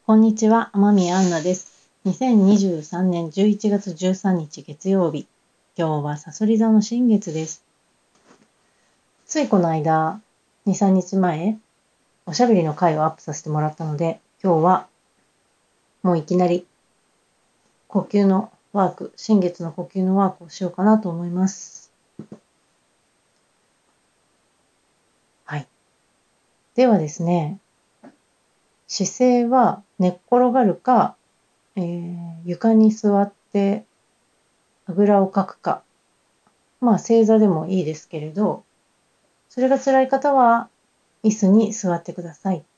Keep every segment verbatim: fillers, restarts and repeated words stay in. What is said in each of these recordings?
こんにちは、天宮アンナです。にせんにじゅうさんねんじゅういちがつじゅうさんにち月曜日。今日はさそり座の新月です。ついこの間、に、さんにちまえ、おしゃべりの回をアップさせてもらったので、今日はもういきなり呼吸のワーク、新月の呼吸のワークをしようかなと思います。はい。ではですね、姿勢は寝っ転がるか、えー、床に座ってあぐらをかくか、まあ正座でもいいですけれど、それが辛い方は椅子に座ってください。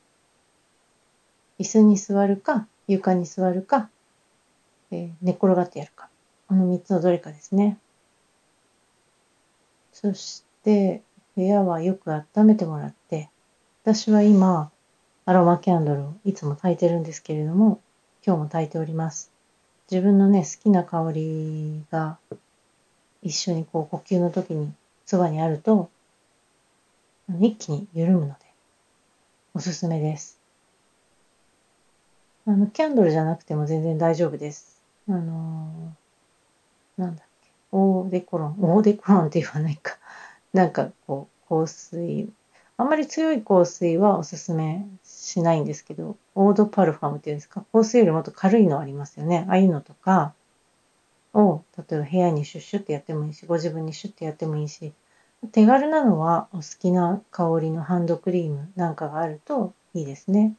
椅子に座るか、床に座るか、えー寝っ転がってやるか。このみっつのどれかですね。そして、部屋はよく温めてもらって、私は今、アロマキャンドルをいつも焚いてるんですけれども、今日も焚いております。自分のね、好きな香りが一緒にこう呼吸の時にそばにあると、一気に緩むので、おすすめです。あの、キャンドルじゃなくても全然大丈夫です。あのー、なんだっけ、オーデコロン、オーデコロンって言わないか。なんかこう、香水、あんまり強い香水はおすすめしないんですけど、オードパルファムっていうんですか、香水よりもっと軽いのありますよね。ああいうのとかを、例えば部屋にシュッシュってやってもいいし、ご自分にシュッてやってもいいし、手軽なのはお好きな香りのハンドクリームなんかがあるといいですね。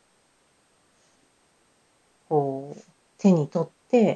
こう、手に取って、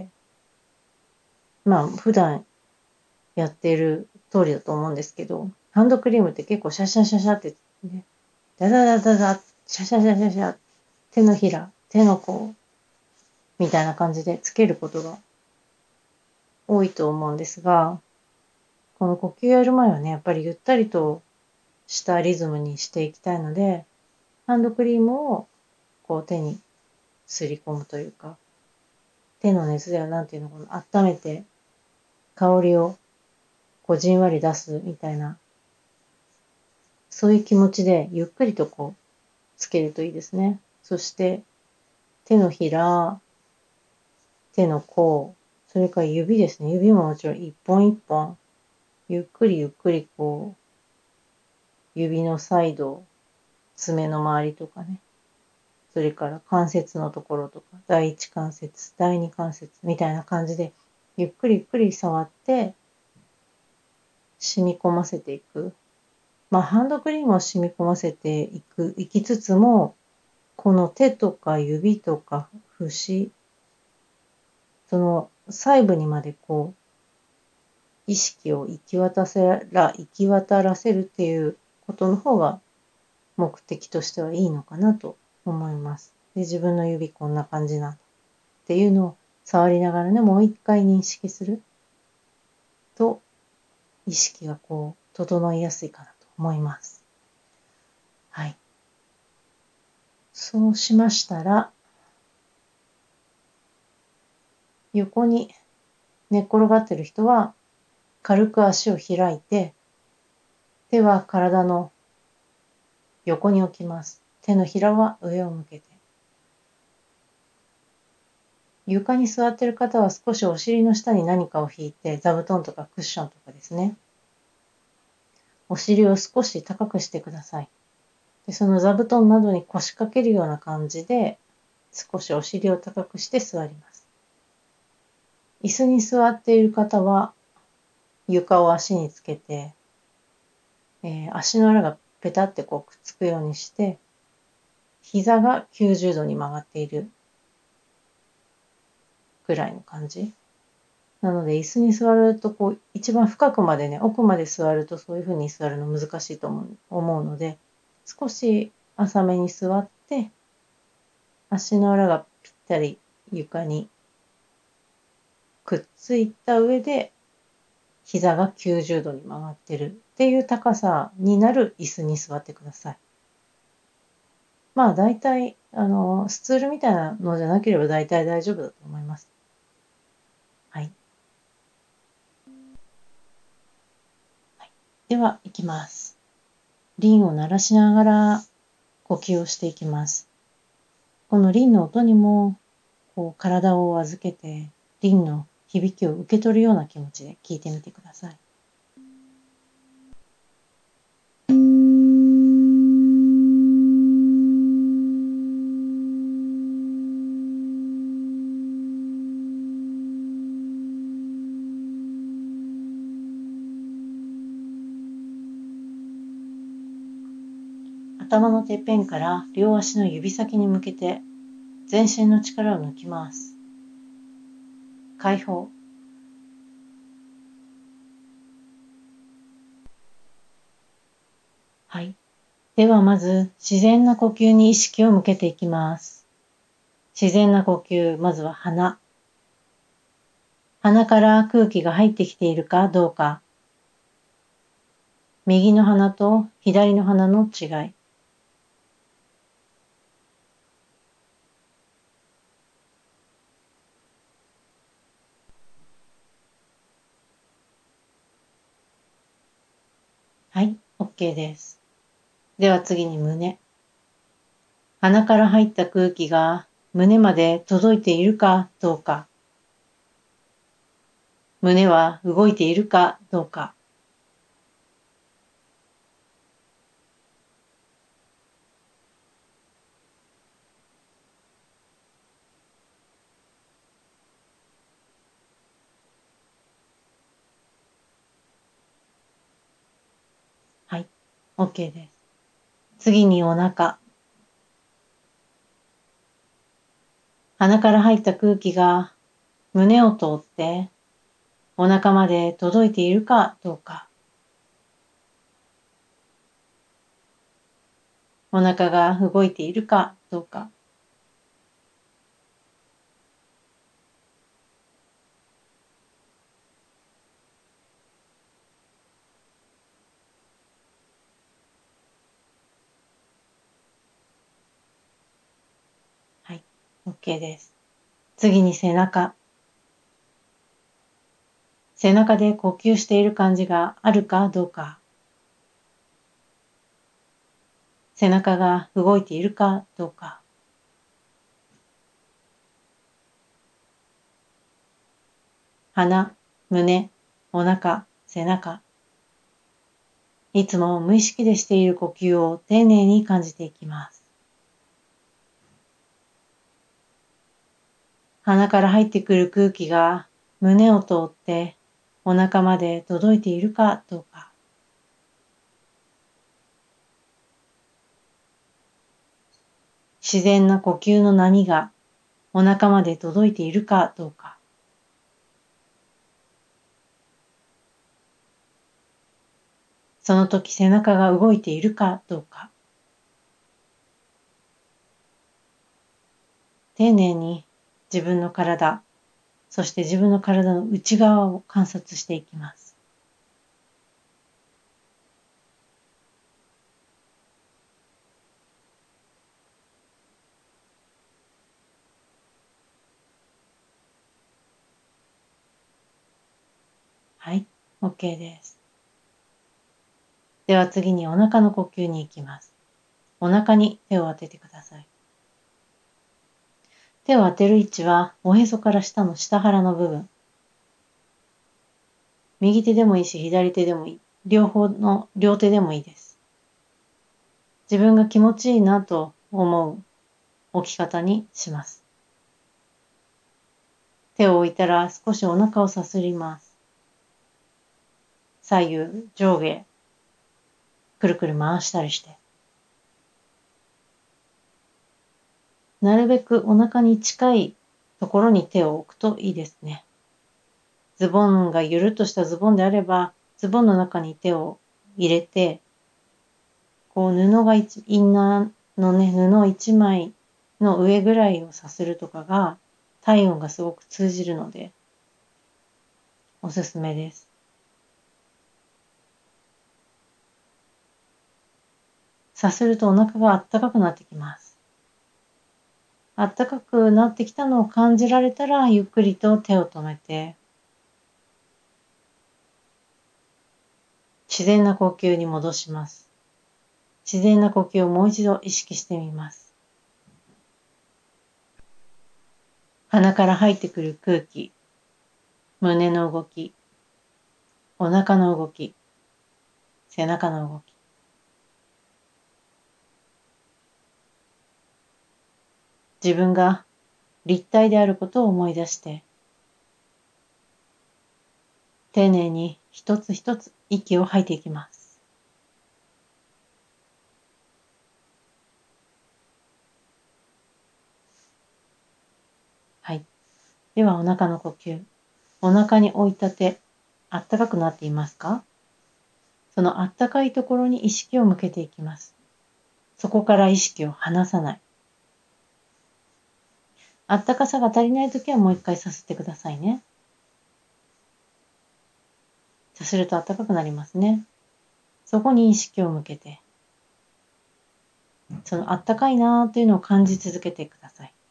まあ普段やっている通りだと思うんですけど、ハンドクリームって結構シャシャシャシャってね、ダダダダダ、シャシャシャシャシャ、手のひら、手の甲みたいな感じでつけることが多いと思うんですが、この呼吸やる前はね、やっぱりゆったりとしたリズムにしていきたいので、ハンドクリームをこう手にすり込むというか、手の熱ではなんていうのかな、温めて香りをこうじんわり出すみたいな、そういう気持ちでゆっくりとこうつけるといいですね。そして手のひら、手の甲、それから指ですね。指ももちろん一本一本、ゆっくりゆっくりこう、指のサイド、爪の周りとかね。それから関節のところとか、第一関節、第二関節みたいな感じで、ゆっくりゆっくり触って、染み込ませていく。まあ、ハンドクリームを染み込ませていく、いきつつも、この手とか指とか節、その細部にまでこう、意識を行き渡せら、行き渡らせるっていうことの方が目的としてはいいのかなと思います。で、自分の指こんな感じなんだっていうのを触りながらね、もう一回認識すると、意識がこう、整いやすいかなと思います。はい。そうしましたら、横に寝っ転がってる人は、軽く足を開いて、手は体の横に置きます。手のひらは上を向けて。床に座っている方は少しお尻の下に何かを引いて、座布団とかクッションとかですね。お尻を少し高くしてください。で、その座布団などに腰掛けるような感じで、少しお尻を高くして座ります。椅子に座っている方は、床を足につけて、えー足の裏がペタってこうくっつくようにして、膝がきゅうじゅうどに曲がっているぐらいの感じ。なので椅子に座るとこう一番深くまでね、奥まで座るとそういう風に座るの難しいと思う思うので、少し浅めに座って、足の裏がぴったり床にくっついた上で、膝がきゅうじゅうどに曲がってるっていう高さになる椅子に座ってください。まあ大体、あの、スツールみたいなのじゃなければ大体大丈夫だと思います。はい。はい、では、いきます。鈴を鳴らしながら呼吸をしていきます。 この輪の音にもこう体を預けて輪の響きを受け取るような気持ちで聞いてみてください。頭のてっぺんから両足の指先に向けて全身の力を抜きます。解放。はい。ではまず自然な呼吸に意識を向けていきます。自然な呼吸、まずは鼻。鼻から空気が入ってきているかどうか。右の鼻と左の鼻の違い。はい、OK です。では次に胸。鼻から入った空気が胸まで届いているかどうか。胸は動いているかどうか。はい、OK です。次にお腹。鼻から入った空気が胸を通ってお腹まで届いているかどうか。お腹が動いているかどうか。はい、OK です。次に背中。背中で呼吸している感じがあるかどうか。背中が動いているかどうか。鼻、胸、お腹、背中。いつも無意識でしている呼吸を丁寧に感じていきます。鼻から入ってくる空気が胸を通ってお腹まで届いているかどうか。自然な呼吸の波がお腹まで届いているかどうか。その時背中が動いているかどうか。丁寧に自分の体、そして自分の体の内側を観察していきます。はい、OK です。では次にお腹の呼吸に行きます。お腹に手を当ててください。手を当てる位置はおへそから下の下腹の部分。右手でもいいし左手でもいい。両方の両手でもいいです。自分が気持ちいいなと思う置き方にします。手を置いたら少しお腹をさすります。左右、上下、くるくる回したりして。なるべくお腹に近いところに手を置くといいですね。ズボンがゆるっとしたズボンであれば、ズボンの中に手を入れて、こう布が一、インナーのね、布一枚の上ぐらいをさするとかが、体温がすごく通じるので、おすすめです。さするとお腹があったかくなってきます。あったかくなってきたのを感じられたら、ゆっくりと手を止めて、自然な呼吸に戻します。自然な呼吸をもう一度意識してみます。 鼻から入ってくる空気、胸の動き、お腹の動き、背中の動き。自分が立体であることを思い出して、丁寧に一つ一つ息を吐いていきます。はい。ではお腹の呼吸。お腹に置いた手、あったかくなっていますか？そのあったかいところに意識を向けていきます。そこから意識を離さない。あったかさが足りないときはもう一回させてくださいね。させるとあったかくなりますね。そこに意識を向けて、そのあったかいなーというのを感じ続けてください。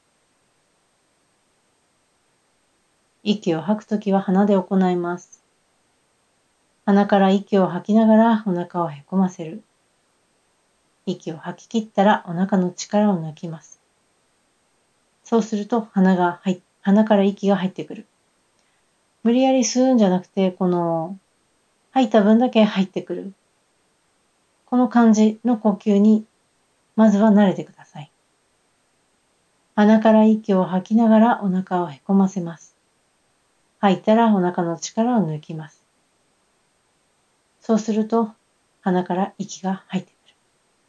息を吐くときは鼻で行います。鼻から息を吐きながらお腹をへこませる。息を吐き切ったらお腹の力を抜きます。そうすると鼻が入っ鼻から息が入ってくる。無理やり吸うんじゃなくて、この吐いた分だけ入ってくる。この感じの呼吸にまずは慣れてください。鼻から息を吐きながらお腹をへこませます。吐いたらお腹の力を抜きます。そうすると鼻から息が入ってくる。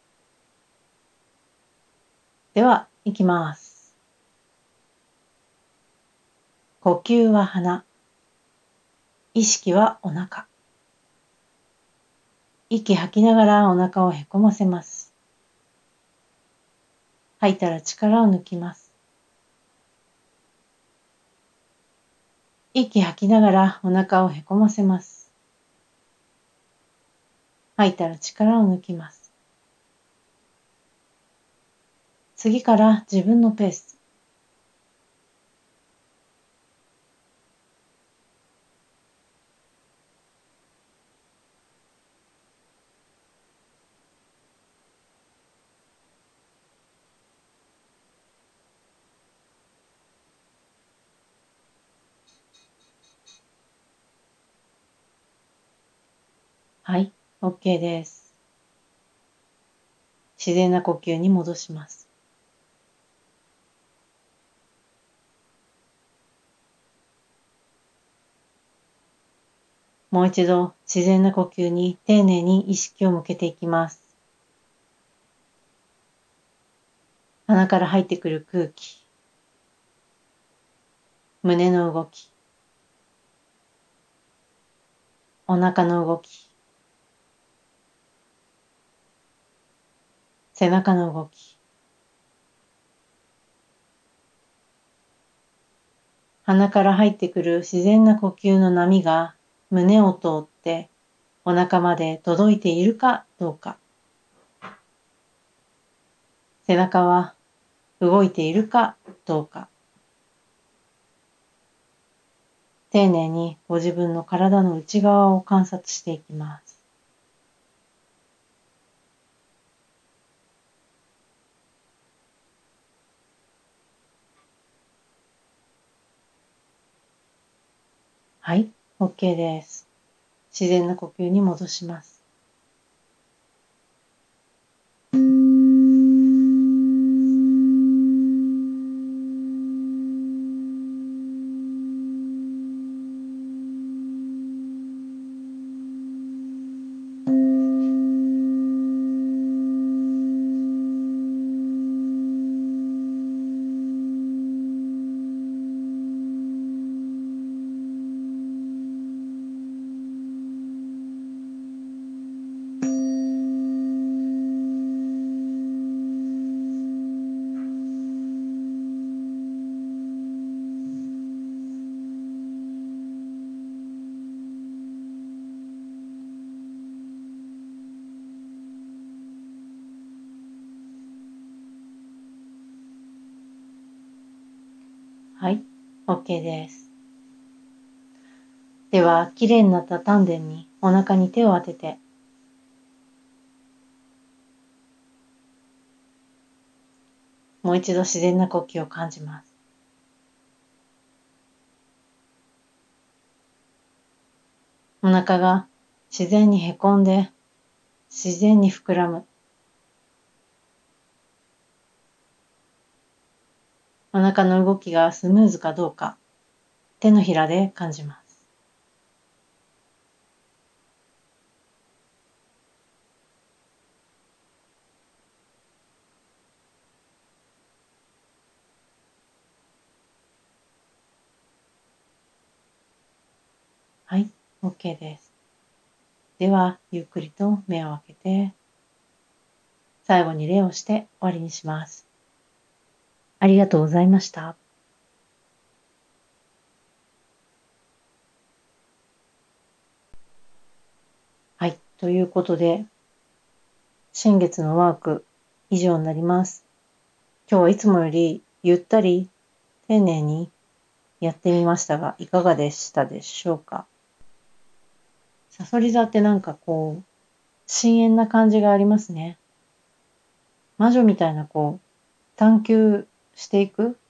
では、いきます。呼吸は鼻。意識はお腹。息吐きながらお腹をへこませます。吐いたら力を抜きます。息吐きながらお腹をへこませます。吐いたら力を抜きます。次から自分のペース。はい、OK です。自然な呼吸に戻します。もう一度自然な呼吸に丁寧に意識を向けていきます。鼻から入ってくる空気、胸の動き、お腹の動き、背中の動き、鼻から入ってくる自然な呼吸の波が胸を通ってお腹まで届いているかどうか、背中は動いているかどうか、丁寧にご自分の体の内側を観察していきます。はい、OK です。自然な呼吸に戻します。はい、OK です。では、きれいになった丹田にお腹に手を当てて、もう一度自然な呼吸を感じます。 お腹が自然にへこんで、自然に膨らむ。お腹の動きがスムーズかどうか、手のひらで感じます。はい、OK です。では、ゆっくりと目を開けて、最後に礼をして終わりにします。ありがとうございました。はい、ということで、新月のワーク以上になります。今日はいつもよりゆったり丁寧にやってみましたが、いかがでしたでしょうか。サソリ座ってなんかこう、深遠な感じがありますね。魔女みたいなこう、探求していく、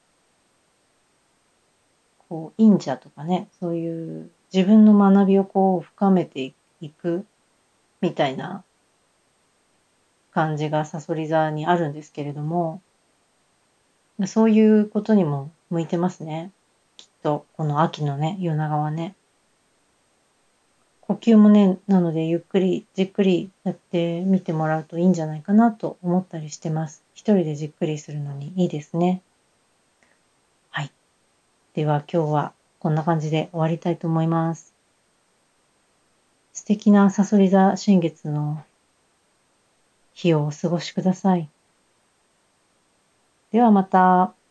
こう、忍者とかね、そういう自分の学びをこう、深めていくみたいな感じがサソリ座にあるんですけれども、そういうことにも向いてますね。きっと、この秋のね、夜長はね。呼吸もね、なのでゆっくりじっくりやってみてもらうといいんじゃないかなと思ったりしてます。一人でじっくりするのにいいですね。はい。では今日はこんな感じで終わりたいと思います。素敵なサソリ座新月の日をお過ごしください。ではまた。